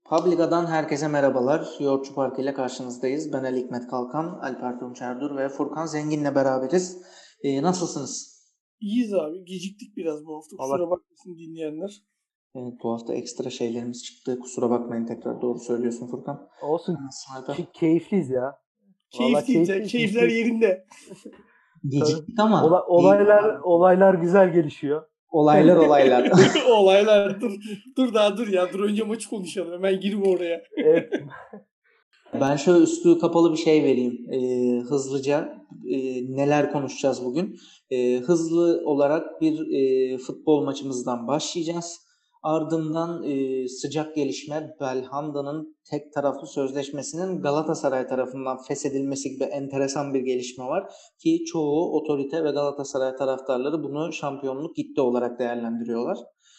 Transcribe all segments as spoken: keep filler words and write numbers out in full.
Publica'dan herkese merhabalar. Yoğurtçu Parkı ile karşınızdayız. Ben Ali Hikmet Kalkan, Alper Tunç Erdur ve Furkan Zengin'le beraberiz. Ee, nasılsınız? İyiyiz abi. Geciktik biraz bu hafta. Allah Kusura bakmasın dinleyenler. Evet, bu hafta ekstra şeylerimiz çıktı. Kusura bakmayın tekrar. Doğru söylüyorsun Furkan. olsun. Nasılsın Alper? Ki- keyifliyiz ya. Vallahi Keyifliyiz ya. keyifliyiz. Keyifler Biz- yerinde. Geciktik ama Ola- olaylar olaylar güzel gelişiyor. olaylar olaylar. Olaylar. Dur, dur daha dur ya. Dur önce maçı konuşalım. Hemen girme oraya. Evet. Ben şöyle üstü kapalı bir şey vereyim. Ee, hızlıca e, neler konuşacağız bugün? Ee, hızlı olarak bir e, futbol maçımızdan başlayacağız. Ardından e, sıcak gelişme Belhanda'nın tek taraflı sözleşmesinin Galatasaray tarafından feshedilmesi gibi enteresan bir gelişme var. Ki çoğu otorite ve Galatasaray taraftarları bunu şampiyonluk gitti olarak değerlendiriyorlar.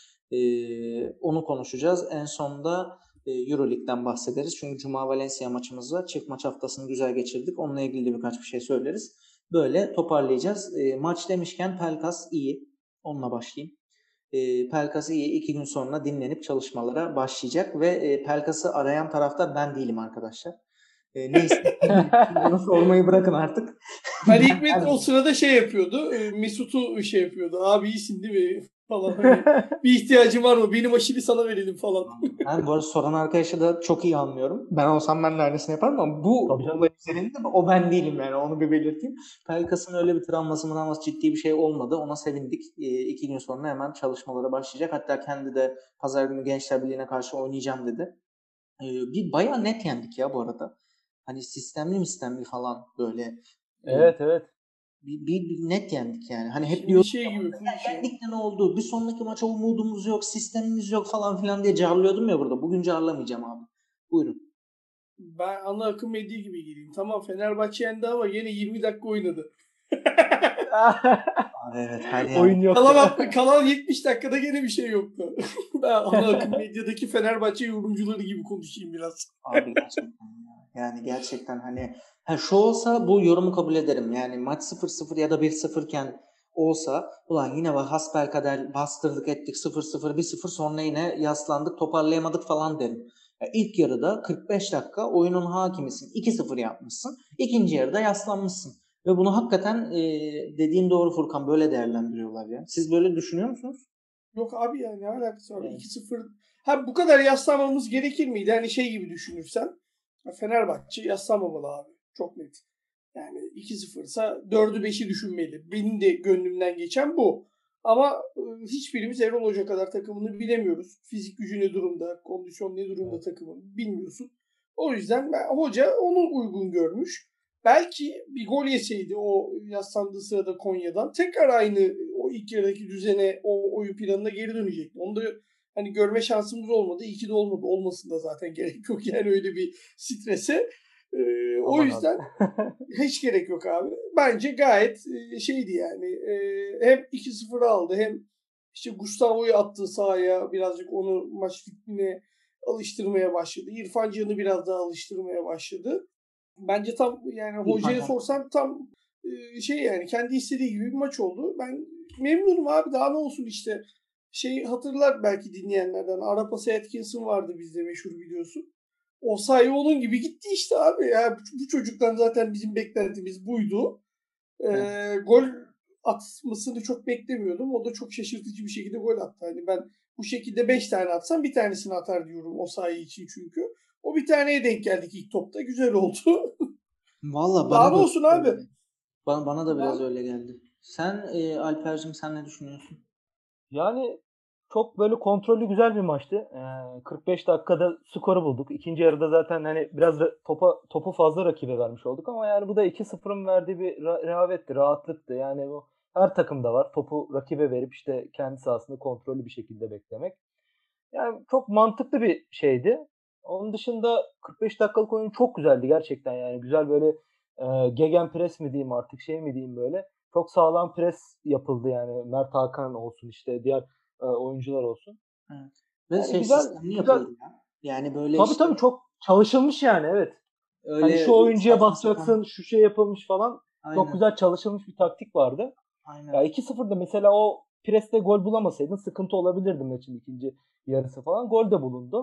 Ee, onu konuşacağız. En sonda Euroleague'den bahsederiz. Çünkü Cuma Valencia maçımız var. Çift maç haftasını güzel geçirdik. Onunla ilgili de birkaç bir şey söyleriz. Böyle toparlayacağız. E, maç demişken Pelkas iyi. Onunla başlayayım. E, Pelkas iyi. İki gün sonra dinlenip çalışmalara başlayacak ve e, Pelkas'ı arayan taraftar ben değilim arkadaşlar. E, neyse. Bunu sormayı bırakın artık. Ali Hikmet o sırada şey yapıyordu. Mesut'u şey yapıyordu. Abi iyisin değil mi? Falan. Hani, bir ihtiyacın var mı? Benim aşili sana verelim falan. Ben bu arada soran arkadaşı da çok iyi anlıyorum. Ben olsam ben de aynısını yaparım ama bu olay üzerinde o ben değilim yani onu bir belirteyim. Pelkas'ın öyle bir travması mınaması ciddi bir şey olmadı. Ona sevindik. E, iki gün sonra hemen çalışmalara başlayacak. Hatta kendi de pazar günü Gençler Birliği'ne karşı oynayacağım dedi. E, bir bayağı net yendik ya bu arada. Hani sistemli sistemli falan böyle. E, Evet evet. Bir, bir, bir net yendik yani. Hani hep Şimdi diyor şey gibi. Şey. yendik de ne oldu? Bir sonraki maça umudumuz yok, sistemimiz yok falan filan diye carlıyordum ya burada. Bugün carlamayacağım abi. Buyurun. Ben ana akım medya gibi gireyim. Tamam Fenerbahçe yendi ama yine yirmi dakika oynadı. Evet, her yer. Oyun yok. Kalan, kalan yetmiş dakikada gene bir şey yoktu. Ben ana akım medyadaki Fenerbahçe yorumcuları gibi konuşayım biraz. Abi gerçekten ya. Yani gerçekten hani ha şu olsa bu yorumu kabul ederim. Yani maç sıfır sıfır ya da bir sıfır iken olsa ulan yine var hasbelkader bastırdık ettik sıfır sıfır bir sıfır sonra yine yaslandık toparlayamadık falan derim. Ya ilk yarıda kırk beş dakika oyunun hakimisin. iki sıfır yapmışsın. İkinci yarıda yaslanmışsın. Ve bunu hakikaten e, dediğin doğru Furkan böyle değerlendiriyorlar ya. Siz böyle düşünüyor musunuz? Yok abi ya ne alakası var? Evet. iki sıfır. Ha bu kadar yaslanmamız gerekir miydi? Hani şey gibi düşünürsen. Fenerbahçe yaslanmamalı abi. Çok net. Yani iki sıfırsa dördü beşi düşünmeli. Benim de gönlümden geçen bu. Ama hiçbirimiz Erol Hoca kadar takımını bilemiyoruz. Fizik gücü ne durumda, kondisyon ne durumda takımın bilmiyorsun. O yüzden ben, hoca onu uygun görmüş. Belki bir gol yeseydi o yaslandığı sırada Konya'dan tekrar aynı o ilk yarıdaki düzene, o oyun planına geri dönecekti. Onu da hani görme şansımız olmadı. İyi ki de olmadı. Olmasın da zaten gerek yok yani öyle bir strese. Ee, o yüzden hiç gerek yok abi. Bence gayet şeydi yani. E, hem iki sıfır aldı hem işte Gustavo'yu attığı sahaya birazcık onu maç ritmine alıştırmaya başladı. İrfan Can'ı biraz daha alıştırmaya başladı. Bence tam yani hocaya sorsam tam e, şey yani kendi istediği gibi bir maç oldu. Ben memnunum abi daha ne olsun işte. Şey hatırlar belki dinleyenlerden. Arapası Atkinson vardı bizde meşhur biliyorsun. O sayı onun gibi gitti işte abi. Ya bu çocuktan zaten bizim beklentimiz buydu. Ee, gol atmasını çok beklemiyordum. O da çok şaşırtıcı bir şekilde gol attı. Hani ben bu şekilde beş tane atsam bir tanesini atar diyorum o sayı için çünkü. O bir taneye denk geldik ilk topta. Güzel oldu. Valla Daha bana ne da olsun abi? bana, bana da biraz Ben, öyle geldi. Sen e, Alper'cim sen ne düşünüyorsun? Yani çok böyle kontrollü güzel bir maçtı. Ee, kırk beş dakikada skoru bulduk. İkinci yarıda zaten hani biraz ra- topa topu fazla rakibe vermiş olduk ama yani bu da iki sıfırın verdiği bir ra- rehavetti, rahatlıktı. Yani bu her takımda var. Topu rakibe verip işte kendi sahasında kontrollü bir şekilde beklemek. Yani çok mantıklı bir şeydi. Onun dışında kırk beş dakikalık oyun çok güzeldi gerçekten yani. Güzel böyle e, gegenpress mi diyeyim artık şey mi diyeyim böyle. Çok sağlam pres yapıldı yani. Mert Hakan olsun işte diğer e, oyuncular olsun. Evet. Ve Yani şey güzel sistemli güzel. yapıldı ya. Yani böyle Tabii işte tabii çok çalışılmış yani evet. Hani öyle şu oyuncuya saçma basacaksın, sapan. şu şey yapılmış falan. Çok Aynen. güzel çalışılmış bir taktik vardı. Aynen. Ya iki sıfırda mesela o preste gol bulamasaydın sıkıntı olabilirdi maçın ikinci yarısı falan. Gol de bulundu.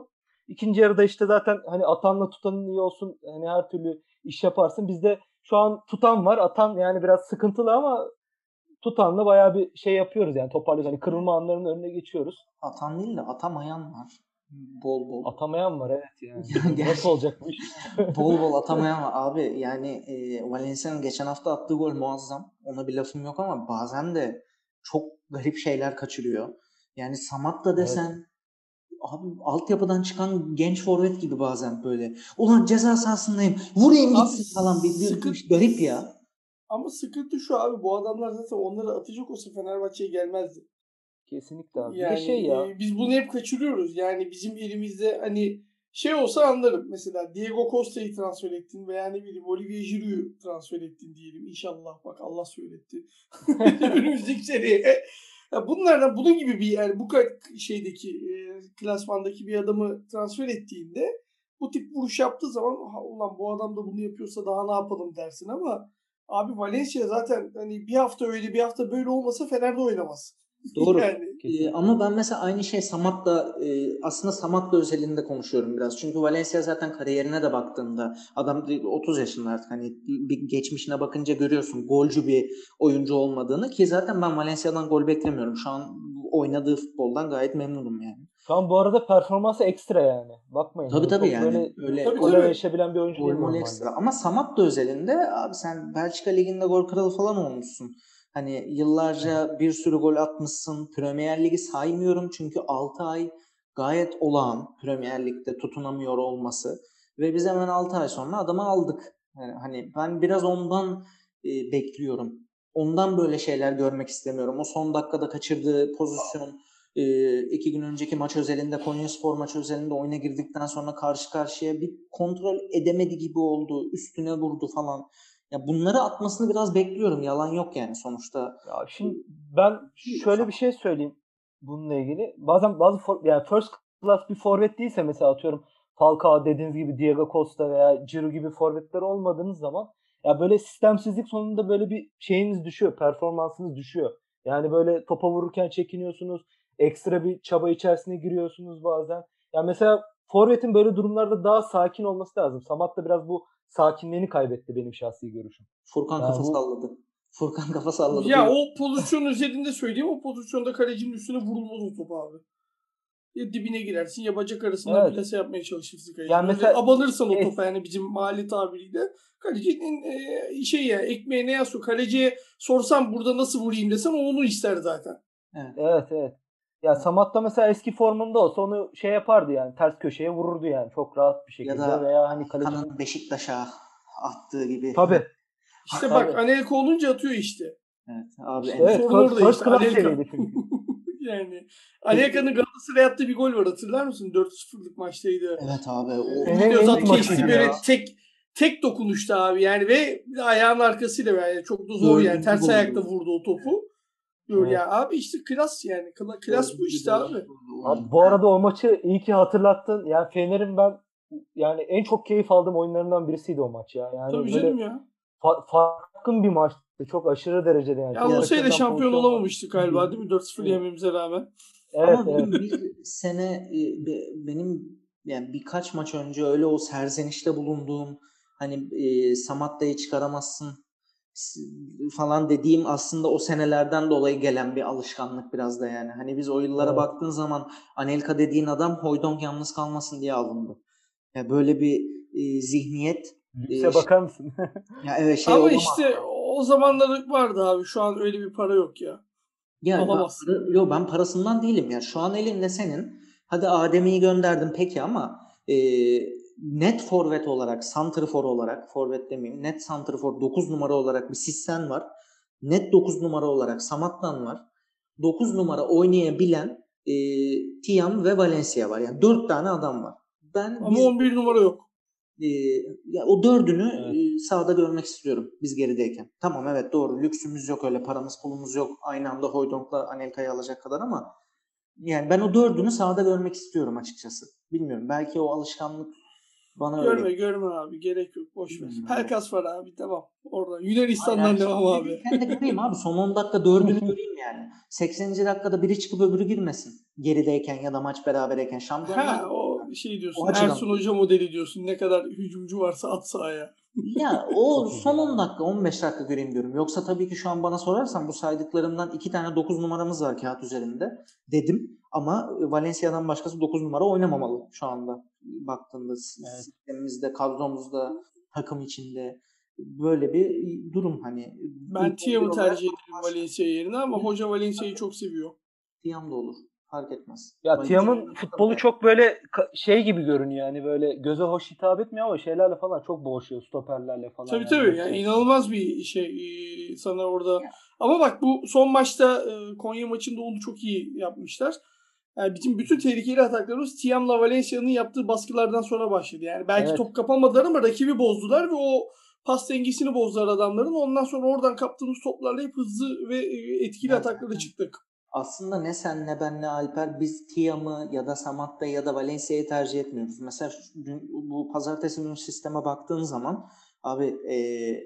İkinci yarıda işte zaten hani atanla tutanın iyi olsun. Hani her türlü iş yaparsın. Bizde şu an tutan var. Atan yani biraz sıkıntılı ama tutanla bayağı bir şey yapıyoruz yani toparlıyoruz. Hani kırılma anlarının önüne geçiyoruz. Atan değil de atamayan var. Bol bol. Atamayan var evet yani. Gerçekten. Nasıl olacak bu iş? Bol bol atamayan var. Abi yani e, Valencia'nın geçen hafta attığı gol muazzam. Ona bir lafım yok ama bazen de çok garip şeyler kaçırıyor. Yani Samat da desen Evet. abi altyapıdan çıkan genç forvet gibi bazen böyle. Ulan ceza sahasındayım. Vurayım Abi gitsin falan. Bir, bir, sıkıntı bir garip ya. ama sıkıntı şu abi, bu adamlar zaten onları atacak olsa Fenerbahçe'ye gelmezdi. Kesinlikle abi. Bir de Yani şey ya. e, biz bunu hep kaçırıyoruz. Yani bizim elimizde hani şey olsa anlarım. Mesela Diego Costa'yı transfer ettin veya ne bileyim Olivier Giroud'u transfer ettin diyelim. İnşallah bak Allah söyletti. Önümüzdeki seneye. Ya bunlardan bunun gibi bir yani bu ka- şeydeki e, klasmandaki bir adamı transfer ettiğinde bu tip vuruş yaptığı zaman "Ha, ulan bu adam da bunu yapıyorsa daha ne yapalım" dersin ama abi Valencia zaten hani bir hafta öyle bir hafta böyle olmasa Fener'de oynamaz. Doğru. Yani. Ee, Kesinlikle. ama ben mesela aynı şey Samat'la e, aslında Samat'la özelinde konuşuyorum biraz. Çünkü Valencia zaten kariyerine de baktığında adam otuz yaşında artık hani bir geçmişine bakınca görüyorsun golcü bir oyuncu olmadığını ki zaten ben Valencia'dan gol beklemiyorum. Şu an oynadığı futboldan gayet memnunum yani. Şu an bu arada performansı ekstra yani. Bakmayın Tabii hani tabii çok yani böyle öyle Tabii gole tabii. erişebilen bir oyuncu gol değil mol normalde. ekstra. Ama Samat da özelinde abi sen Belçika Ligi'nde gol kralı falan olmuşsun. Hani yıllarca bir sürü gol atmışsın. Premier Ligi saymıyorum çünkü altı ay gayet olağan Premier Lig'de tutunamıyor olması. Ve biz hemen altı ay sonra adamı aldık. Yani hani ben biraz ondan e, bekliyorum. Ondan böyle şeyler görmek istemiyorum. O son dakikada kaçırdığı pozisyon, e, iki gün önceki maç özelinde, Konyaspor maçı özelinde oyuna girdikten sonra karşı karşıya bir kontrol edemedi gibi oldu. Üstüne vurdu falan. Ya bunları atmasını biraz bekliyorum. Yalan yok yani sonuçta. Ya şimdi ben Değil şöyle bir falan. şey söyleyeyim bununla ilgili. Bazen bazı for, yani first class bir forvet değilse mesela atıyorum Falcao dediğiniz gibi Diego Costa veya Giroud gibi forvetler olmadığınız zaman ya böyle sistemsizlik sonunda böyle bir şeyiniz düşüyor, performansınız düşüyor. Yani böyle topa vururken çekiniyorsunuz, ekstra bir çaba içerisine giriyorsunuz bazen. Ya mesela forvetin böyle durumlarda daha sakin olması lazım. Samat da biraz bu sakinliğini kaybetti benim şahsi görüşüm. Furkan Yani kafa bu salladı. Furkan kafa salladı. Ya Buyur. o pozisyon üzerinde söyleyeyim, o pozisyonda kalecinin üstüne vurulmaz o top abi. Ya dibine girersin ya bacak arasından evet. plase yapmaya çalışırsın kaleci. Yani Böyle mesela abanırsan o es, topa yani bizim mahalle tabiriyle. Kalecinin e, şey ya ekmeğe ne yazıyor? Kaleciye sorsam burada nasıl vurayım desem o onu ister zaten. Evet. evet evet. Ya Evet. Samat da mesela eski formunda olsa onu şey yapardı yani ters köşeye vururdu yani çok rahat bir Ya şekilde da veya hani kalecinin Hakan'ın Beşiktaş'a attığı gibi. tabii İşte bak tabii Anelka olunca atıyor işte. Evet abi işte evet Sorun first, orada first işte class Anelka. seviyede çünkü. Yani Anelka'nın Peki. Galatasaray'a attığı bir gol var, hatırlar mısın? dört sıfırlık maçtaydı. Evet abi. O Ümit Senenin en Özat iyi kesti maçıydı ya. böyle tek tek dokunuştu abi yani ve ayağın arkasıyla yani çok da zor yani dördüncü ters ayakta goldü. vurdu o topu. Diyor Evet. ya abi işte klas yani Kla- klas bu Dördüncü işte golü abi. Abi ulan. bu arada o maçı iyi ki hatırlattın. Yani Fener'in ben yani en çok keyif aldığım oyunlarından birisiydi o maç ya. Yani Tabii böyle canım ya. fa- farkın bir maçtı. Çok aşırı derecede yani. Ya Çok Ya, o sene kaçırılan şampiyon pozisyon var. olamamıştı galiba değil mi? dört sıfır Evet. yememize rağmen. Evet ama evet. benim bir sene e, be- benim yani birkaç maç önce öyle o serzenişte bulunduğum hani e, Samatta'yı çıkaramazsın s- falan dediğim aslında o senelerden dolayı gelen bir alışkanlık biraz da yani. Hani biz o yıllara Evet. baktığın zaman Anelka dediğin adam Hoydonk yalnız kalmasın diye alındı. Ya böyle bir e, zihniyet e, Lükse ş- bakar mısın? ya evet şey Ama olamaz. işte o zamanlar vardı abi. Şu an öyle bir para yok ya. Ya ben, Alamazsın. para- yo, ben parasından değilim ya. Şu an elinde senin. Hadi Adem'iyi gönderdim peki ama e, net forvet olarak, santrfor olarak, forvet demeyeyim, net santrfor dokuz numara olarak bir Sissen var. Net dokuz numara olarak Samat'tan var. dokuz numara oynayabilen e, Tiam ve Valencia var. Yani dört tane adam var. Ben Ama biz on bir numara yok. e, ya o dördünü Evet. e, sahada görmek istiyorum biz gerideyken. Tamam evet doğru lüksümüz yok öyle paramız pulumuz yok aynı anda Hoydonk'la Anelka'yı alacak kadar ama yani ben o dördünü sahada görmek istiyorum açıkçası. Bilmiyorum belki o alışkanlık bana öyle Görme geliyor. görme abi. Gerek yok. Boş ver. Bilmiyorum yani. Pelkas var abi. Tamam. Oradan. Hayır yani Yunanistan'dan devam abi. gerideyken de göreyim abi son on dakika dördünü göreyim yani. sekseninci dakikada biri çıkıp öbürü girmesin. Gerideyken ya da maç berabereyken. Şampiyonlar Ha o şey diyorsun, O açıdan. Ersun Hoca modeli diyorsun. Ne kadar hücumcu varsa at sahaya. Ya o son on dakika on beş dakika göreyim diyorum. Yoksa tabii ki şu an bana sorarsan bu saydıklarımdan iki tane dokuz numaramız var kağıt üzerinde dedim. Ama Valencia'dan başkası dokuz numara oynamamalı şu anda. Baktığında Evet. sistemimizde, kadromuzda, takım içinde böyle bir durum hani. Ben İlk Tiam'ı on bir olarak tercih ederim Valencia yerine ama hoca Valencia'yı çok seviyor. Tiam da olur. Fark etmez. Ya Valencia Tiam'ın futbolu çok böyle ka- şey gibi görünüyor yani böyle göze hoş hitap etmiyor ama şeylerle falan çok boğuşuyor stoperlerle falan. Tabii yani. tabii. Böyle Yani şey. inanılmaz bir şey e, sana orada. Ama bak bu son maçta e, Konya maçında onu çok iyi yapmışlar. Yani bizim bütün tehlikeli ataklarımız Tiam'la Valencia'nın yaptığı baskılardan sonra başladı. Yani belki Evet. top kapamadılar ama rakibi bozdular ve o pas dengesini bozdular adamların. Ondan sonra oradan kaptığımız toplarla hep hızlı ve e, etkili Ya ataklara zaten çıktık. aslında ne sen ne ben ne Alper biz Tiam'ı ya da Samatta'yı ya da Valencia'yı tercih etmiyoruz. Mesela şu dün, bu pazartesi günü sisteme baktığın zaman abi e,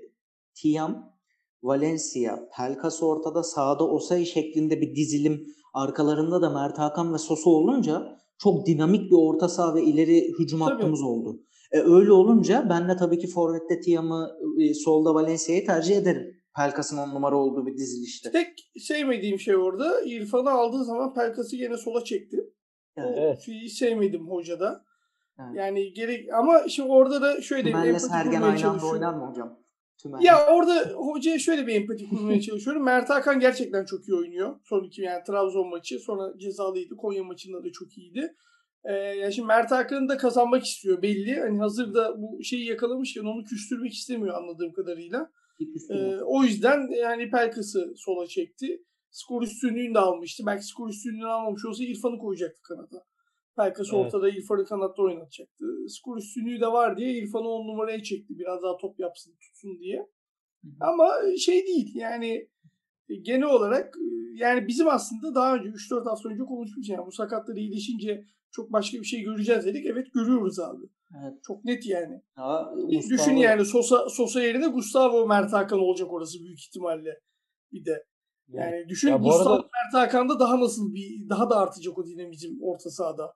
Tiam, Valencia, Pelkas ortada sağda Osayi şeklinde bir dizilim arkalarında da Mert Hakan ve Sosa olunca çok dinamik bir orta saha ve ileri hücum Tabii. hattımız oldu. E, öyle olunca ben de tabii ki forvette Tiam'ı e, solda Valencia'yı tercih ederim. Pelkas'ın on numara olduğu bir dizilişte. Tek sevmediğim şey orada İrfan'ı aldığı zaman Pelkas'ı yine sola çekti. O Evet. şeyi sevmedim hocada. Evet. Yani gerek ama şimdi orada da şöyle bir Tümel'le empati Sergen kurmaya aynı anda çalışıyorum. oynar mı hocam? Tümel. Ya orada hocaya şöyle bir empati kurmaya çalışıyorum. Mert Hakan gerçekten çok iyi oynuyor. Son iki yani Trabzon maçı sonra cezalıydı. Konya maçında da çok iyiydi. Ee, yani şimdi Mert Hakan'ı da kazanmak istiyor belli. Hani hazırda bu şeyi yakalamışken onu küstürmek istemiyor anladığım kadarıyla. Ee, o yüzden yani Pelkas'ı sola çekti. Skor üstünlüğünü de almıştı. Belki skor üstünlüğünü almamış olsa İrfan'ı koyacaktı kanata. Pelkas Evet. ortada İrfan'ı kanatta oynatacaktı. Skor üstünlüğü de var diye İrfan'ı on numaraya çekti. Biraz daha top yapsın tutsun diye. Ama şey değil yani genel olarak yani bizim aslında daha önce üç dört hafta önce konuşmuşuz yani bu sakatlar iyileşince çok başka bir şey göreceğiz dedik. Evet görüyoruz abi. Evet. Çok net yani. Ya, Düşün Mustafa yani Sosa, Sosa yerine Gustavo Mert Hakan olacak orası büyük ihtimalle bir de. Yani düşün Ya bu Gustavo arada Mert Hakan'da daha nasıl bir daha da artacak o dinamizm orta sahada.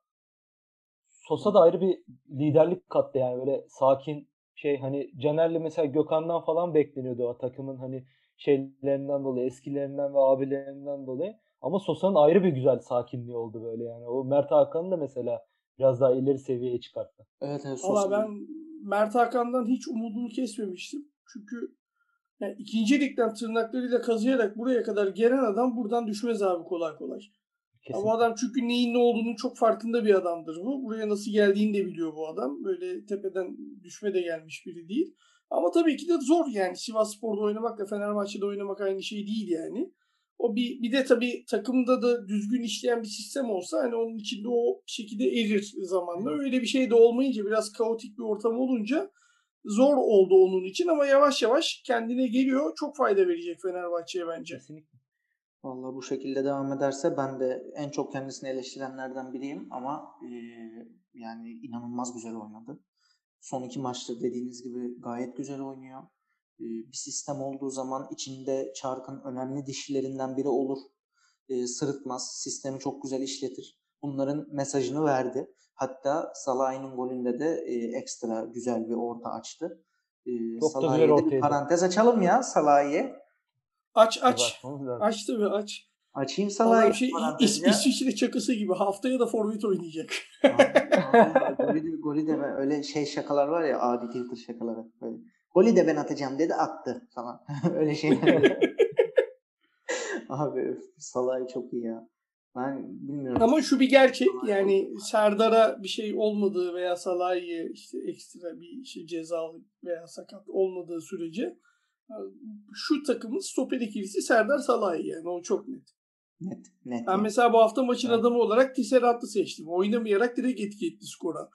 Sosa da ayrı bir liderlik kattı yani böyle sakin şey hani Caner'le mesela Gökhan'dan falan bekleniyordu o takımın hani şeylerinden dolayı eskilerinden ve abilerinden dolayı. Ama Sosa'nın ayrı bir güzel sakinliği oldu böyle yani. O Mert Hakan'ı da mesela biraz daha ileri seviyeye çıkarttı. evet, evet Valla Sosa. ben Mert Hakan'dan hiç umudumu kesmemiştim. Çünkü yani ikinci ligden tırnaklarıyla kazıyarak buraya kadar gelen adam buradan düşmez abi kolay kolay. Ya bu Kesinlikle. adam çünkü neyin ne olduğunu çok farkında bir adamdır bu. Buraya nasıl geldiğini de biliyor bu adam. Böyle tepeden düşme de gelmiş biri değil. Ama tabii ki de zor yani. Sivasspor'da oynamakla Fenerbahçe'de oynamak aynı şey değil yani. O bir, bir de tabii takımda da düzgün işleyen bir sistem olsa hani onun içinde o şekilde erir zamanla. Öyle bir şey de olmayınca biraz kaotik bir ortam olunca zor oldu onun için ama yavaş yavaş kendine geliyor. Çok fayda verecek Fenerbahçe'ye bence. Kesinlikle. Vallahi bu şekilde devam ederse ben de en çok kendisini eleştirenlerden biriyim ama e, yani inanılmaz güzel oynadı. Son iki maçtır dediğiniz gibi gayet güzel oynuyor. E, bir sistem olduğu zaman içinde Çark'ın önemli dişlerinden biri olur. E, sırıtmaz, sistemi çok güzel işletir. Bunların mesajını verdi. Hatta Salah'ın golünde de e, ekstra güzel bir orta açtı. E, Çok da güzel Salah'a da bir ortaydı. parantez açalım ya Salah'a. Aç Tabii aç. açmamız lazım. Aç tabii aç. Açayım Salah'a Adam şey parantez İs- ya. İsviçre çakısı gibi haftaya da forvet oynayacak. Abi, abi golü de, golü de ben, öyle şey şakalar var ya adi Twitter şakaları. Böyle. Golü de ben atacağım dedi attı falan. Öyle şeyler de. Abi öf, Salah'ı çok iyi ya. Ben bilmiyorum. Ama şu bir gerçek yani Serdar'a bir şey olmadığı veya Salah'ı işte ekstra bir şey cezalı veya sakat olmadığı sürece şu takımın stoper ikilisi Serdar Salah'ı yani o çok net. Net, net Ben yani. mesela bu hafta maçın Evet. adamı olarak Tisserant'ı seçtim. Oynamayarak direkt etki etti skora.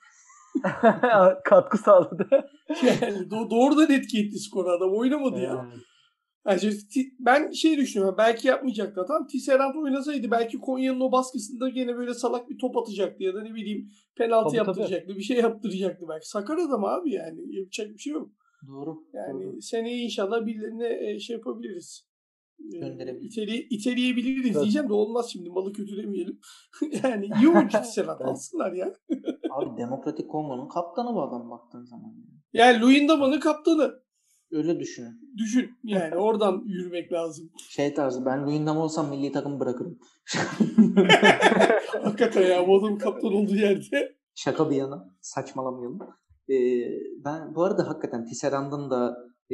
Katkı sağladı. Yani do- doğrudan etki etti skora adam. Oynamadı ya. Evet. Yani şimdi ben şey düşünüyorum. Belki yapmayacaktı adam. Tisserand oynasaydı belki Konya'nın o baskısında gene böyle salak bir top atacaktı ya da ne bileyim penaltı Tabii, yaptıracaktı. Bir şey yaptıracaktı belki. Sakar adam abi yani. Yapacak bir şey yok. Doğru. Yani doğru. seneye inşallah birilerine şey yapabiliriz. Gönderebiliriz. İteli, iteleyebiliriz Evet. diyeceğim de olmaz şimdi. Malı kötülemeyelim. Yani iyi oyuncu Tisserand Evet. alsınlar ya. Abi Demokratik Kongo'nun kaptanı bu adam baktığın zaman. Yani Luyendama'nın kaptanı. Öyle düşünün. Düşün. Yani oradan yürümek lazım. Şey tarzı, ben Luyendama olsam milli takımı bırakırım. Hakikaten ya bu adamın kaptan olduğu yerde. Şaka bir yana, saçmalamayalım. Ee, ben bu arada hakikaten Tisserand'ın da e,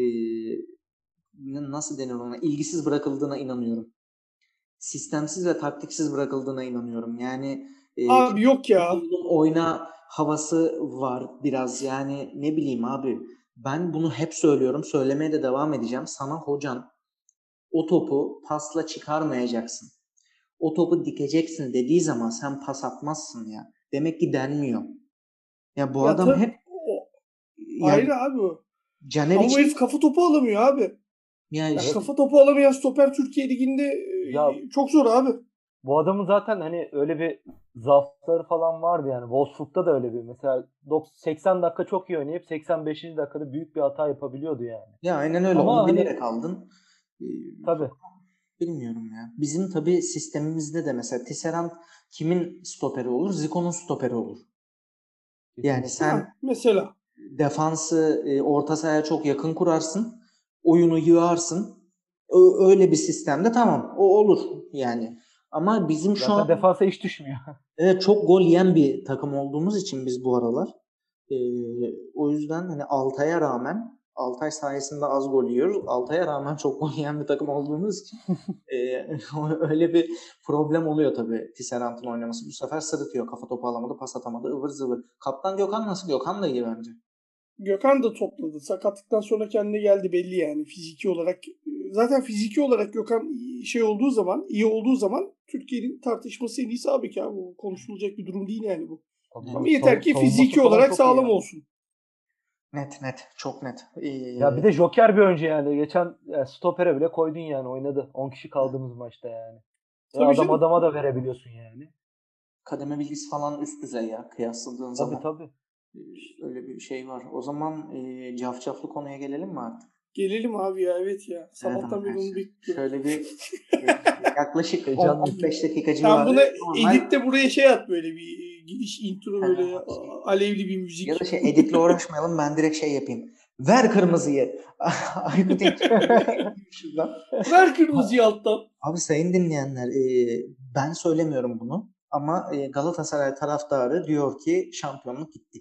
nasıl denir ona, ilgisiz bırakıldığına inanıyorum. Sistemsiz ve taktiksiz bırakıldığına inanıyorum. Yani e, Abi yok ya. oyna havası var biraz. Yani ne bileyim abi, ben bunu hep söylüyorum, söylemeye de devam edeceğim. Sana hocan o topu pasla çıkarmayacaksın, o topu dikeceksin dediği zaman sen pas atmazsın ya. Demek ki denmiyor. Ya bu Ya adam tabii hep o yani ayrı abi o. Caner Ama bu herif için kafa topu alamıyor abi. yani Ya işte- kafa topu alamayan stoper Türkiye Ligi'nde e, Ya- çok zor abi. Bu adamın zaten hani öyle bir zaafları falan vardı yani. Wolfsburg'da da öyle bir. Mesela dok- seksen dakika çok iyi oynayıp seksen beşinci dakikada büyük bir hata yapabiliyordu yani. ya aynen öyle. Ama Onu hani- bilerek aldın. Ee, Tabii. Bilmiyorum ya. Bizim tabii sistemimizde de mesela Tisserand kimin stoperi olur? Zico'nun stoperi olur. Yani sen Ha, mesela. defansı e, orta sahaya çok yakın kurarsın. Oyunu yığarsın. Ö- öyle bir sistemde tamam. O olur yani. Ama bizim şu Zaten an defansa hiç düşmüyor. evet, çok gol yiyen bir takım olduğumuz için biz bu aralar. Ee, o yüzden hani Altay'a rağmen, Altay sayesinde az gol yiyoruz. Altay'a rağmen çok gol yiyen bir takım olduğumuz için e, öyle bir problem oluyor tabii Tisserand'ın oynaması. Bu sefer sırıtıyor. Kafa topu alamadı, pas atamadı, ıvır zıvır. Kaptan Gökhan nasıl? Gökhan da iyi bence. Gökhan da topladı. Sakatlıktan sonra kendine geldi belli yani fiziki olarak. Zaten fiziki olarak Gökhan şey olduğu zaman, iyi olduğu zaman Türkiye'nin tartışması en iyisi abi ya. Bu konuşulacak bir durum değil yani bu. Tabii. Ama yeter ki Savunması fiziki falan olarak çok iyi sağlam yani. olsun. Net net. Çok net. Ee, Ya bir de joker bir oyuncu yani. Geçen yani stopere bile koydun yani oynadı. on kişi kaldığımız maçta yani. Ve Tabii adam canım. adama da verebiliyorsun yani. kademe bilgisi falan üst düzey ya kıyasladığın Tabii zaman. tabii. Ee, öyle bir şey var. O zaman e, cafcaflı konuya gelelim mi artık? Gelelim abi ya evet ya. Evet Sabahtan beri onu arkadaşlar. bekliyorum. Şöyle bir e, yaklaşık on Heyecanlıyım. on beş dakika Sen civarı buna normal editte buraya şey at böyle bir e, giriş intro böyle Evet. a- alevli bir müzik. ya da şey editle uğraşmayalım, ben direkt şey yapayım. Ver kırmızıyı. Aykut İlker şuradan. Ver kırmızıyı alttan. Abi sayın dinleyenler, e, ben söylemiyorum bunu ama e, Galatasaray taraftarı diyor ki şampiyonluk gitti.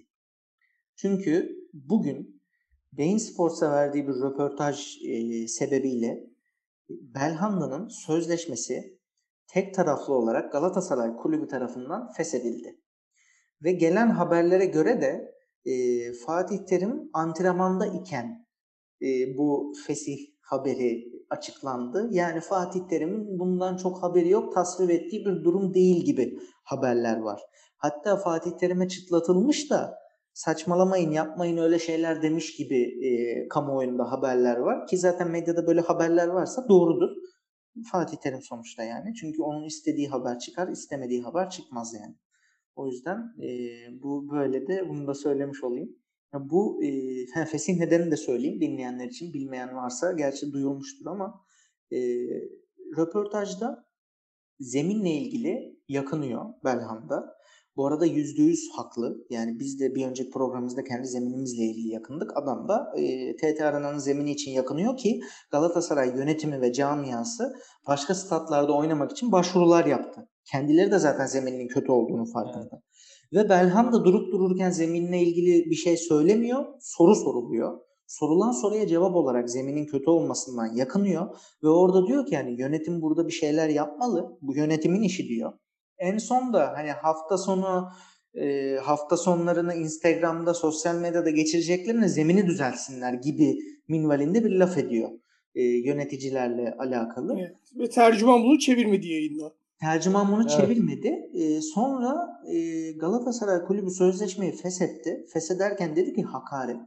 Çünkü bugün Bein Sports'a verdiği bir röportaj e, sebebiyle Belhanda'nın sözleşmesi tek taraflı olarak Galatasaray Kulübü tarafından feshedildi. Ve gelen haberlere göre de e, Fatih Terim antrenmanda iken e, bu fesih haberi açıklandı. Yani Fatih Terim'in bundan çok haberi yok, tasvip ettiği bir durum değil gibi haberler var. Hatta Fatih Terim'e çıtlatılmış da saçmalamayın, yapmayın öyle şeyler demiş gibi e, kamuoyunda haberler var. Ki zaten medyada böyle haberler varsa doğrudur. Fatih Terim sonuçta yani. Çünkü onun istediği haber çıkar, istemediği haber çıkmaz yani. O yüzden e, bu böyle de bunu da söylemiş olayım. Ya bu e, fesih nedenini de söyleyeyim dinleyenler için. Bilmeyen varsa gerçi duyulmuştur ama e, röportajda zeminle ilgili yakınıyor Belhanda. Bu arada yüzde yüz haklı. Yani biz de bir önceki programımızda kendi zeminimizle ilgili yakındık. Adam da e, T T Arena'nın zemini için yakınıyor ki Galatasaray yönetimi ve camiası başka statlarda oynamak için başvurular yaptı. Kendileri de zaten zeminin kötü olduğunu farkında. Evet. Ve Belhanda durup dururken zeminle ilgili bir şey söylemiyor. Soru soruluyor. Sorulan soruya cevap olarak zeminin kötü olmasından yakınıyor. Ve orada diyor ki yani yönetim burada bir şeyler yapmalı. Bu yönetimin işi diyor. En son da hani hafta sonu e, hafta sonlarını Instagram'da, sosyal medyada geçireceklerine zemini düzeltsinler gibi minvalinde bir laf ediyor. E, yöneticilerle alakalı. Evet. Ve tercüman bunu çevirmedi yayında. Tercüman bunu Evet. çevirmedi. E, sonra e, Galatasaray Kulübü sözleşmeyi feshetti. Feshederken dedi ki hakaret.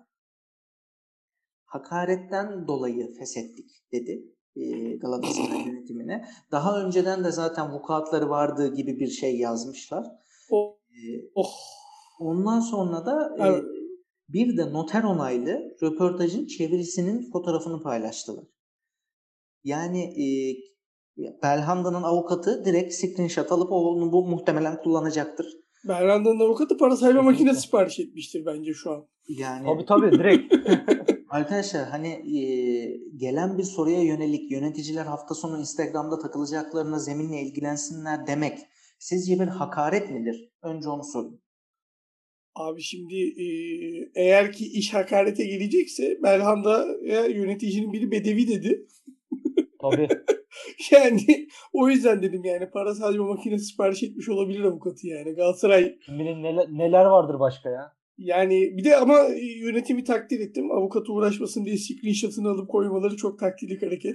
Hakaretten dolayı feshettik dedi e, Galatasaray yönetimine. Daha önceden de zaten vukuatları vardı gibi bir şey yazmışlar. Oh. E, oh. Ondan sonra da e, Evet. bir de noter onaylı röportajın çevirisinin fotoğrafını paylaştılar. Yani e, Belhanda'nın avukatı direkt screenshot alıp onu bu muhtemelen kullanacaktır. Berlanda'nın avukatı para sayma makinesi sipariş etmiştir bence şu an. Yani Tabii tabii direkt. arkadaşlar hani e, gelen bir soruya yönelik yöneticiler hafta sonu Instagram'da takılacaklarına zeminle ilgilensinler demek sizce bir hakaret midir? Önce onu sorayım. Abi şimdi e, eğer ki iş hakarete gelecekse Belhanda'ya yöneticinin biri bedevi dedi. Tabii. Yani o yüzden dedim yani para sayma makinesi sipariş etmiş olabilir avukatı yani. Galatasaray Kim bilir neler, neler vardır başka ya. yani bir de ama yönetimi takdir ettim. Avukatı uğraşmasın diye screenshot'ını alıp koymaları çok takdirlik hareket.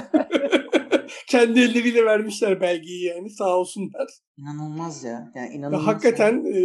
Kendi elleriyle vermişler belgeyi yani sağ olsunlar. İnanılmaz ya. Yani Ve inanılmaz. hakikaten e,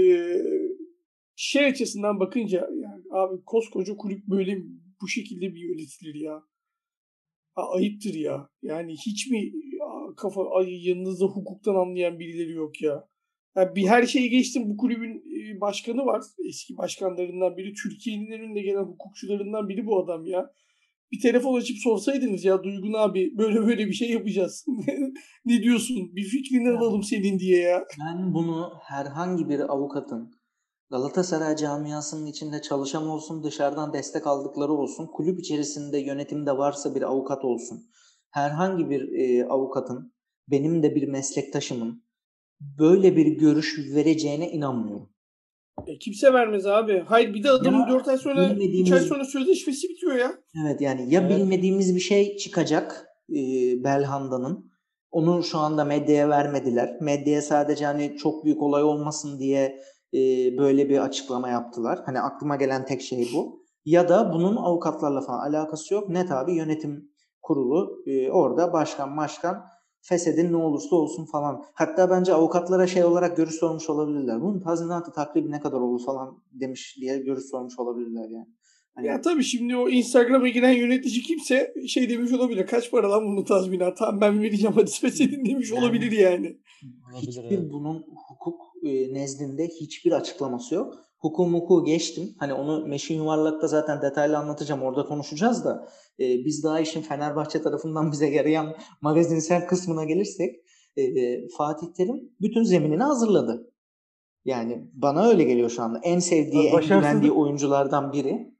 şey açısından bakınca yani abi koskoca kulüp böyle bu şekilde bir yönetilir ya. Ha, ayıptır ya. Yani hiç mi ya, kafa ay, yanınızda hukuktan anlayan birileri yok ya. Yani bir her şeyi geçtim bu kulübün e, başkanı var. Eski başkanlarından biri. Türkiye'nin en önde gelen hukukçularından biri bu adam ya. Bir telefon açıp sorsaydınız ya Duygun abi böyle böyle bir şey yapacağız. Ne diyorsun? Bir fikrini alalım senin diye ya. Ben bunu herhangi bir avukatın Galatasaray camiasının içinde çalışan olsun, dışarıdan destek aldıkları olsun, kulüp içerisinde yönetimde varsa bir avukat olsun, herhangi bir e, avukatın, benim de bir meslektaşımın böyle bir görüş vereceğine inanmıyorum. E, kimse vermez abi. Hayır bir de adamın Ya dört ay sonra, üç ay bilmediğimiz, sonra sözleşmesi bitiyor ya. evet yani ya Evet. bilmediğimiz bir şey çıkacak e, Belhanda'nın. Onu şu anda medyaya vermediler. Medyaya sadece hani çok büyük olay olmasın diye e, böyle bir açıklama yaptılar. Hani aklıma gelen tek şey bu. Ya da bunun avukatlarla falan alakası yok. Net abi yönetim kurulu e, orada başkan başkan feshedin ne olursa olsun falan. Hatta bence avukatlara şey olarak görüş sormuş olabilirler. Bunun tazminatı takribi ne kadar olur falan demiş diye görüş sormuş olabilirler yani. Hani Ya tabii şimdi o Instagram'a giren yönetici kimse şey demiş olabilir. Kaç para lan bunun tazminatı? Tamam ben vereceğim hadi feshedin demiş Yani olabilir yani. Olabilir, hiçbir evet. bunun hukuk e, nezdinde hiçbir açıklaması yok. Hukuk muku geçtim. Hani onu Meşin Yuvarlak'ta zaten detaylı anlatacağım. Orada konuşacağız da e, biz daha işin Fenerbahçe tarafından bize yarayan magazinsel kısmına gelirsek e, e, Fatih Terim bütün zeminini hazırladı. Yani bana öyle geliyor şu anda. En sevdiği, en güvendiği Başarısızlık oyunculardan biri.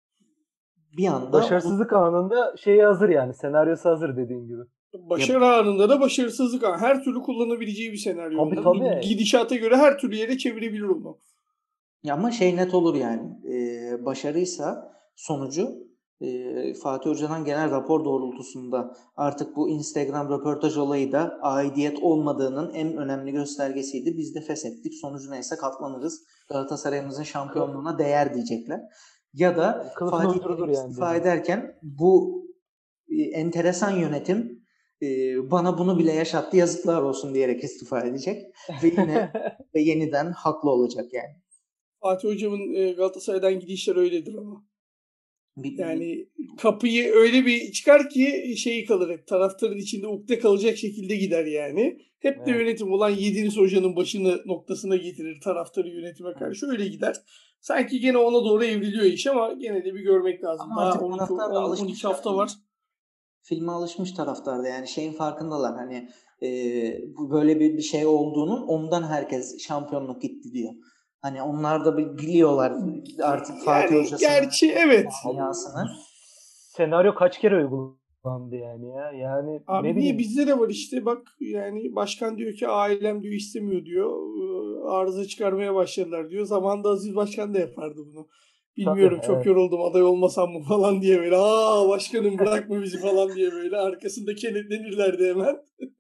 Bir anda onu, başarısızlık anında şeyi hazır yani. Senaryosu hazır dediğin gibi. ya, Başarı anında da başarısızlık anı. Her türlü kullanabileceği bir senaryo. Tabii, Onun tabii. gidişata göre her türlü yere çevirebilir onu. ya ama şey net olur yani. E, başarıysa sonucu e, Fatih Hoca'dan gelen rapor doğrultusunda artık bu Instagram röportaj olayı da aidiyet olmadığının en önemli göstergesiydi. Biz de feshettik. Sonucu neyse katlanırız. Galatasaray'ımızın şampiyonluğuna değer diyecekler. Ya da Kılıfına Fatih uydurulur Terim yani istifa dediğin. ederken bu e, enteresan yönetim e, bana bunu bile yaşattı yazıklar olsun diyerek istifa edecek. Ve yine ve yeniden haklı olacak yani. Fatih Hocam'ın e, Galatasaray'dan gidişler öyledir ama. Bir, bir- Yani kapıyı öyle bir çıkar ki şeyi kalır hep. Taraftarın içinde ukde kalacak şekilde gider yani. Hep de Evet. yönetim olan Yediniz Hoca'nın başını noktasına getirir taraftarı yönetime karşı. Öyle gider. Sanki gene ona doğru evriliyor iş ama gene de bir görmek lazım. Ama Daha artık on iki taraftar da on alışmış on iki ya hafta filme. var. Filme alışmış taraftar da yani şeyin farkındalar hani e, bu böyle bir, bir şey olduğunun ondan herkes şampiyonluk gitti diyor. Hani onlar da bi- biliyorlar artık Fatih Yani Hoca'sının gerçi evet. Abi, bu dünyasını. senaryo kaç kere uygulandı yani ya. Yani Abi ne niye bileyim. bizde de var işte bak yani başkan diyor ki ailem diyor istemiyor diyor. Ee, Arıza çıkarmaya başladılar diyor. Zamanında Aziz Başkan da yapardı bunu. Tabii, Bilmiyorum çok evet. yoruldum aday olmasam mı falan diye böyle. Aa başkanım bırakma bizi falan diye böyle arkasında kenetlenirlerdi hemen.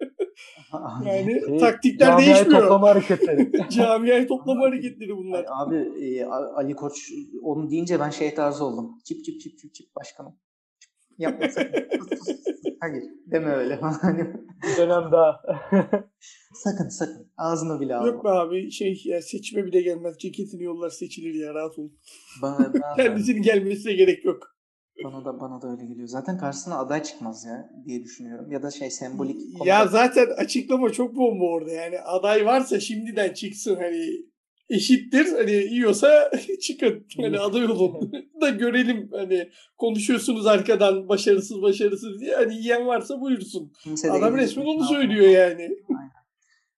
Yani Şey, taktikler camiayı değişmiyor. toplama hareketleri. Camiayı toplama hareketleri Ay bunlar. abi e, A- Ali Koç onu deyince ben şey tarzı oldum. Çip çip çip çip çip başkanım. Yapma sakın. Sus, sus, sus. Hayır deme öyle. Hani Bir dönem daha. sakın sakın ağzını bile Yok alma. be abi şey ya seçime bile gelmez. Ceketini yollar seçilir ya rahat olun. Bana, bana da Kendisinin gelmesine gerek yok. Bana da bana da öyle geliyor. Zaten karşısına aday çıkmaz ya diye düşünüyorum. Ya da şey sembolik Ya konuşalım. zaten açıklama çok bomba orada yani aday varsa şimdiden çıksın hani eşittir hani yiyorsa çıkın hani aday olun da görelim hani konuşuyorsunuz arkadan başarısız başarısız diye hani yiyen varsa buyursun. Kimse de Adam elini resmen onu taşın altına söylüyor koy. yani. Aynen.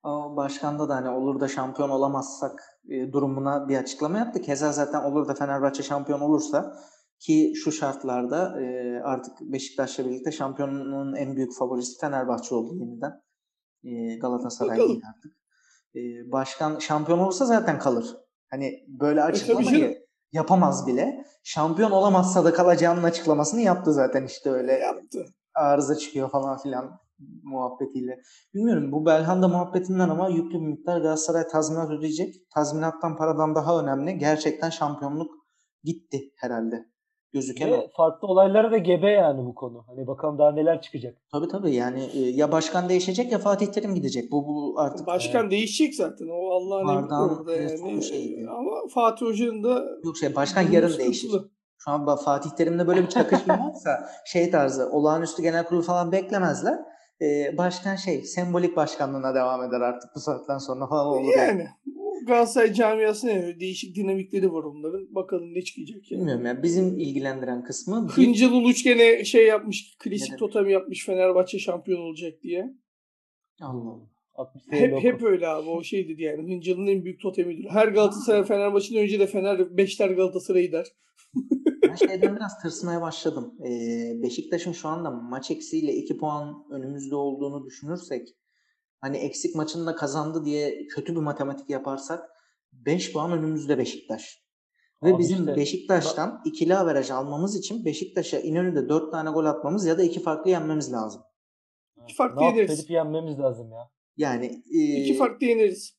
Ama başkan da hani olur da şampiyon olamazsak e, durumuna bir açıklama yaptı. Keza zaten olur da Fenerbahçe şampiyon olursa ki şu şartlarda e, artık Beşiktaş'la birlikte şampiyonluğun en büyük favorisi Fenerbahçe oldu yeniden. E, Galatasaray değil Bakalım. artık. E, başkan şampiyon olursa zaten kalır. Hani böyle E tabii canım. açıklamayı yapamaz bile. Şampiyon olamazsa da kalacağının açıklamasını yaptı zaten işte öyle Yaptı. arıza çıkıyor falan filan muhabbetiyle. Bilmiyorum bu Belhanda muhabbetinden ama yüklü bir miktar Galatasaray tazminat ödeyecek. Tazminattan paradan daha önemli. Gerçekten şampiyonluk gitti herhalde. Gözüken o. Ve farklı olaylara da gebe yani bu konu. Hani bakalım daha neler çıkacak. Tabii tabii yani e, ya başkan değişecek ya Fatih Terim gidecek. Bu, bu artık Başkan Evet. değişecek zaten. O Allah'ın emri bardağın orada e, yani. son şeydi. Ama Fatih Hoca'nın da Yok şey başkan durumu yarın değişir. sıkıntılı. Şu an ba- Fatih Terim'le böyle bir çakışma varsa şey tarzı olağanüstü genel kurulu falan beklemezler. Ee, başkan şey sembolik başkanlığına devam eder artık bu saatten sonra falan olur yani. Yani o Galatasaray camiasına göre değişik dinamikleri var onların. Bakalım ne çıkacak yani. Bilmiyorum yani bizim ilgilendiren kısmı bir Hıncıl Uluç gene şey yapmış, Ne klasik demek? totem yapmış Fenerbahçe şampiyon olacak diye. Allah Allah. altmış sayılı Hep oku. hep öyle abi. O şeydir yani. Hıncıl'ın en büyük totemidir. Her Galatasaray Fenerbahçe'den önce de Fener beşler Galatasaray'ı der. Ben şeyden biraz tırsmaya başladım. Ee, Beşiktaş'ın şu anda maç eksiğiyle iki puan önümüzde olduğunu düşünürsek hani eksik maçını da kazandı diye kötü bir matematik yaparsak beş puan önümüzde Beşiktaş. Ve Abi bizim işte Beşiktaş'tan ikili averaj almamız için Beşiktaş'a İnönü'de dört tane gol atmamız ya da iki farklı yenmemiz lazım. İki evet, farklı ne yapıp yeneriz. edip yenmemiz lazım ya. Yani İki e, farklı yeneriz.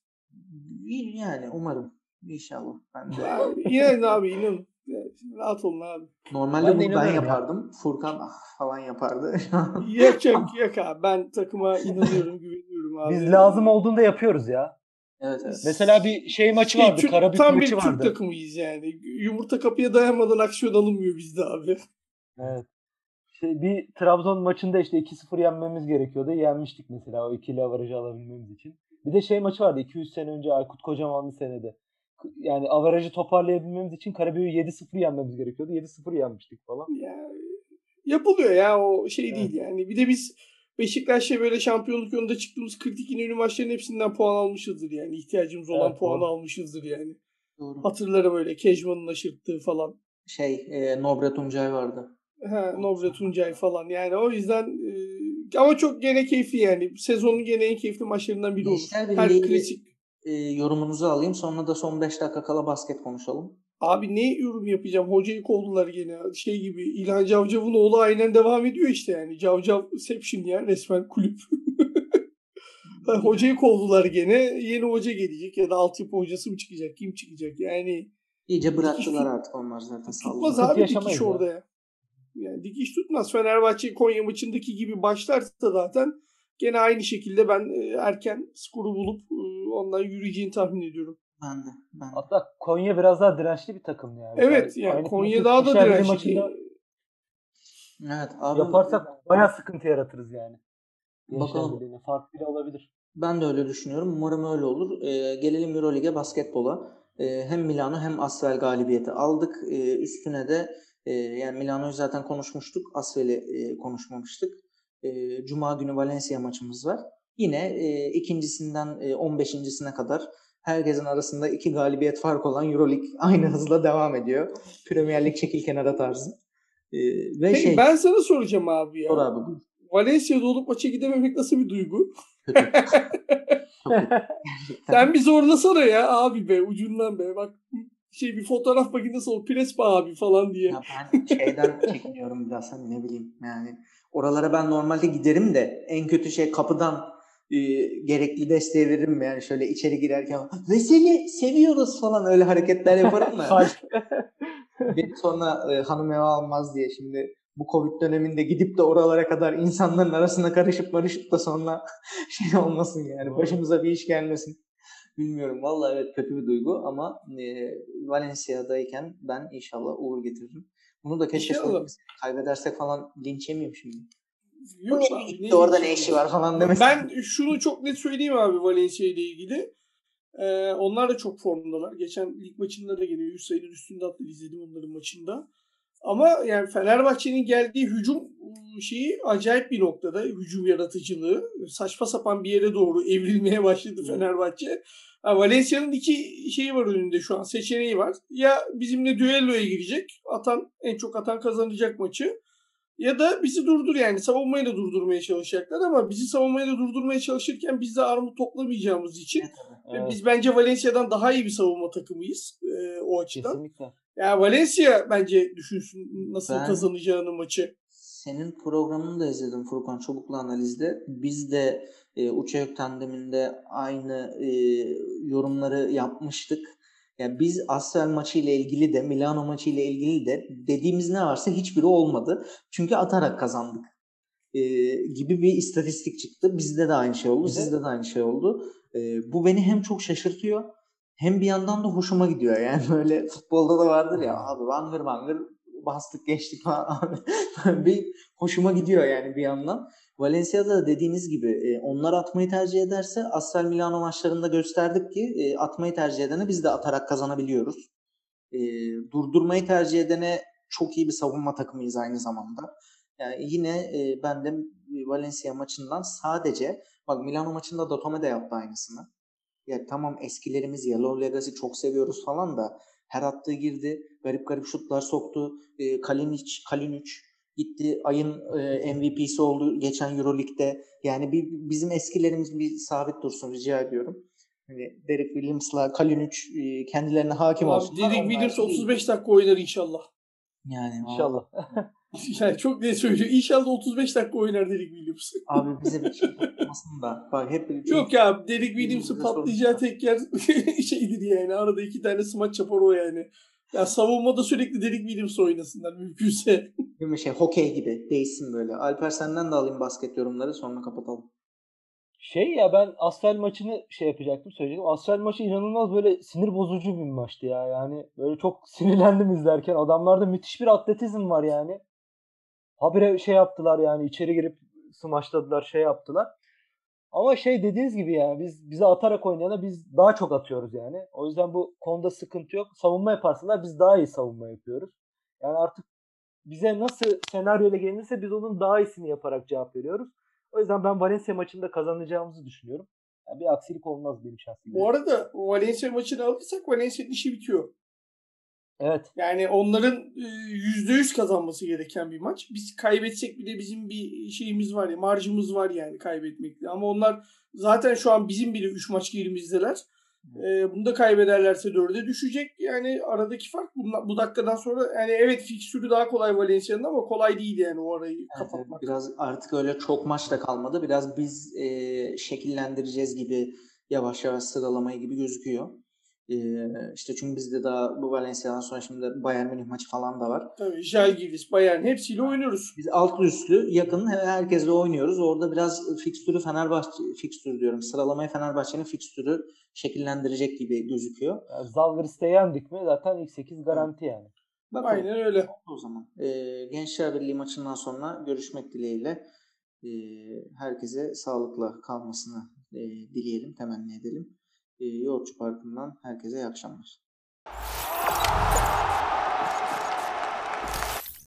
yani umarım inşallah. Ben de Abi, inanın abi inanın. Rahat olun abi. normalde Ben de bunu ben inanıyorum ya. yapardım. Furkan ah falan yapardı. Yok yok yok abi. Ben takıma inanıyorum, güveniyorum abi. Biz lazım olduğunda yapıyoruz ya. Evet evet. Mesela bir şey maçı Şey, vardı. Türk- Karabük tam maçı bir Türk vardı. takımıyız yani. Yumurta kapıya dayanmadan aksiyon alınmıyor bizde abi. Evet. Şey, bir Trabzon maçında işte iki sıfır yenmemiz gerekiyordu. Yenmiştik mesela o ikili avarajı alabilmemiz için. Bir de şey maçı vardı iki yüz sene önce Aykut Kocamanlı senede. Yani avarajı toparlayabilmemiz için Karabük'ü yedi sıfır yenmemiz gerekiyordu. yedi sıfır yenmiştik falan. Ya, yapılıyor ya o şey Evet. değil yani. Bir de biz Beşiktaş'la böyle şampiyonluk yolunda çıktığımız kritik İnönü maçlarının hepsinden puan almışızdır yani. İhtiyacımız olan Evet, puanı doğru. almışızdır yani. Doğru. Hatırlarım öyle Kejman'ın aşırttığı falan. Şey e, Nobre Tuncay vardı. Ha, Nobre Tuncay falan. Yani o yüzden e, ama çok gene keyifli yani. Sezonun gene en keyifli maçlarından biri olur. Gençler Her Birliği klasik. e, yorumunuzu alayım. Sonra da son beş dakika kala basket konuşalım. Abi ne yorum yapacağım? Hocayı kovdular gene. Şey gibi İlhan Cavcav'ın oğlu aynen devam ediyor işte yani. Cavcavception ya resmen kulüp. Ha, hocayı kovdular gene. Yeni hoca gelecek ya da altyapı hocası mı çıkacak? Kim çıkacak? Yani İyice dikiş bıraktılar tut, artık onlar zaten tutmaz salladı. Sıkıntı abi dikiş yaşamayız ya. orada ya. Yani dikiş tutmaz. Fenerbahçe Konya maçındaki gibi başlarsa zaten gene aynı şekilde ben e, erken skoru bulup e, ondan yürüyeceğini tahmin ediyorum. Ben de. Ben de. Hatta Konya biraz daha dirençli bir takım yani. Evet Mesela yani aynı Konya farkı daha da Kırşehirli dirençli. maçında Evet abi yaparsak bayağı sıkıntı yaratırız yani. Gençler bakalım. Birliği'ne fark bile olabilir. Ben de öyle düşünüyorum. Umarım öyle olur. Ee, gelelim Euroleague'e basketbola. Ee, hem Milano hem Asvel galibiyeti aldık. Ee, üstüne de e, yani Milano'yu zaten konuşmuştuk. Asvel'i e, konuşmamıştık. Ee, Cuma günü Valencia maçımız var. Yine e, ikincisinden e, on beşincisine kadar herkesin arasında iki galibiyet fark olan Euroleague aynı hızla devam ediyor. Premier Lig çekil kenara tarzı. Ee, ve Peki şey ben sana soracağım abi sor ya. abi buyur. Valencia'da olup maça gidememek nasıl bir duygu? Kötü. Çok kötü. Gerçekten. Sen bir zorlasana ya abi be ucundan be. Bak şey bir fotoğraf makinesi ol Prespa abi falan diye. Ya ben şeyden çekiniyorum biraz hani ne bileyim yani oralara ben normalde giderim de en kötü şey kapıdan e, gerekli desteği veririm yani şöyle içeri girerken ve seni seviyoruz falan öyle hareketler yaparım da Kalp. beni sonra e, hanım eve almaz diye şimdi bu Covid döneminde gidip de oralara kadar insanların arasına karışıp barışıp da sonra şey olmasın yani başımıza bir iş gelmesin. Bilmiyorum. Vallahi evet kötü bir duygu ama e, Valencia'dayken ben inşallah uğur getiririm. Bunu da keşke İnşallah. söylemesin. Kaybedersek falan linç yemeyeyim şimdi. Bu Yok nereye abi gitti orada ne diyeceğim işi ya. var falan demesin. Ben şunu çok net söyleyeyim abi Valencia ile ilgili. Ee, onlar da çok formdalar. Geçen lig maçında da gene yüz sayının üstünde attı izledim onların maçında. Ama yani Fenerbahçe'nin geldiği hücum şeyi acayip bir noktada. Hücum yaratıcılığı. Saçma sapan bir yere doğru evrilmeye başladı Fenerbahçe. Ha, Valencia'nın iki şeyi var önünde şu an. Seçeneği var. Ya bizimle düelloya girecek. Atan, en çok atan kazanacak maçı. Ya da bizi durdur yani. Savunmayla durdurmaya çalışacaklar ama bizi savunmayla durdurmaya çalışırken biz de armut toplamayacağımız için Evet. biz bence Valencia'dan daha iyi bir savunma takımıyız e, o açıdan. Kesinlikle. Ya Valencia bence düşünsün nasıl Ben- kazanacağını maçı. Senin programını da izledim Furkan Çubuk'la analizde. Biz de e, Uçayök tandeminde aynı e, yorumları yapmıştık. Yani biz Asvel maçı ile ilgili de Milano maçı ile ilgili de dediğimiz ne varsa hiçbiri olmadı. Çünkü atarak kazandık e, gibi bir istatistik çıktı. Bizde de aynı şey oldu, Bir de- sizde de aynı şey oldu. E, bu beni hem çok şaşırtıyor hem bir yandan da hoşuma gidiyor. Yani böyle futbolda da vardır ya abi bangır bangır bastık geçtik falan abi. Bir hoşuma gidiyor yani bir yandan. Valencia'da da dediğiniz gibi e, onlar atmayı tercih ederse Asvel Milano maçlarında gösterdik ki e, atmayı tercih edene biz de atarak kazanabiliyoruz. E, durdurmayı tercih edene çok iyi bir savunma takımıyız aynı zamanda. Yani yine e, ben de Valencia maçından sadece bak Milano maçında Dotome de yaptı aynısını. Ya tamam eskilerimiz Yellow Legacy çok seviyoruz falan da her attığı girdi. Garip garip şutlar soktu. E, Kalinic, Kalinic gitti ayın e, M V P'si oldu geçen Euroleague'de. Yani bir, bizim eskilerimiz bir sabit dursun rica ediyorum. Hani Derek Williams'la Kalinic e, kendilerine hakim Abi olsunlar. Derek Onlar Williams değil. otuz beş dakika oynar inşallah. Yani İnşallah. Yani çok net söylüyor. İnşallah otuz beş dakika oynar Derek Williams. abi bize bir şey yapmasın da. Bak hep bir şey- Yok ya Derek Williams'ın bize patlayacağı sormuşlar. tek yer şeydir yani. Arada iki tane smaç yapar o yani. Ya savunmada sürekli Derek Williams oynasınlar mümkünse. Değil mi? Şey hokey gibi değişsin böyle. Alper senden de alayım basket yorumları sonra kapatalım. Şey ya ben Asvel maçını şey yapacaktım söyleyecektim. Asvel maçı inanılmaz böyle sinir bozucu bir maçtı ya. Yani böyle çok sinirlendim izlerken. Adamlarda müthiş bir atletizm var yani. Habire şey yaptılar yani içeri girip smaçladılar şey yaptılar. Ama şey dediğiniz gibi yani biz bize atarak oynayana biz daha çok atıyoruz yani. O yüzden bu konuda sıkıntı yok. Savunma yaparsalar biz daha iyi savunma yapıyoruz. Yani artık bize nasıl senaryoyla gelirse biz onun daha iyisini yaparak cevap veriyoruz. O yüzden ben Valencia maçında kazanacağımızı düşünüyorum. Yani bir aksilik olmaz benim şahsım. Bu arada Valencia maçını alırsak Valencia'nın işi bitiyor. Evet. Yani onların yüzde yüz kazanması gereken bir maç. Biz kaybetsek bile bizim bir şeyimiz var ya, marjımız var yani kaybetmekle. Ama onlar zaten şu an bizim bile üç maç gerimizdeler. Ee, bunu da kaybederlerse dörde düşecek. Yani aradaki fark bunla, bu dakikadan sonra yani evet fikstürü daha kolay Valencia'nın ama kolay değil yani o arayı Evet, kapatmak. biraz artık öyle çok maç da kalmadı. Biraz biz e, şekillendireceğiz gibi yavaş yavaş sıralamayı gibi gözüküyor. E, işte çünkü bizde daha bu Valencia'dan sonra şimdi Bayern Münih maçı falan da var. Tabii Žalgiris, Bayern hepsiyle oynuyoruz. Biz altlı üstlü yakın herkesle oynuyoruz. Orada biraz fikstürü Fenerbahçe fikstürü diyorum. Sıralamayı Fenerbahçe'nin fikstürü şekillendirecek gibi gözüküyor. Yani Zalgiris'te yendik mi zaten ilk sekiz garanti yani. Bakalım. Aynen öyle. O zaman e, Gençler Birliği maçından sonra görüşmek dileğiyle e, herkese sağlıkla kalmasını e, dileyelim, temenni edelim. E, Yoğurtçu Parkı'ndan herkese iyi akşamlar.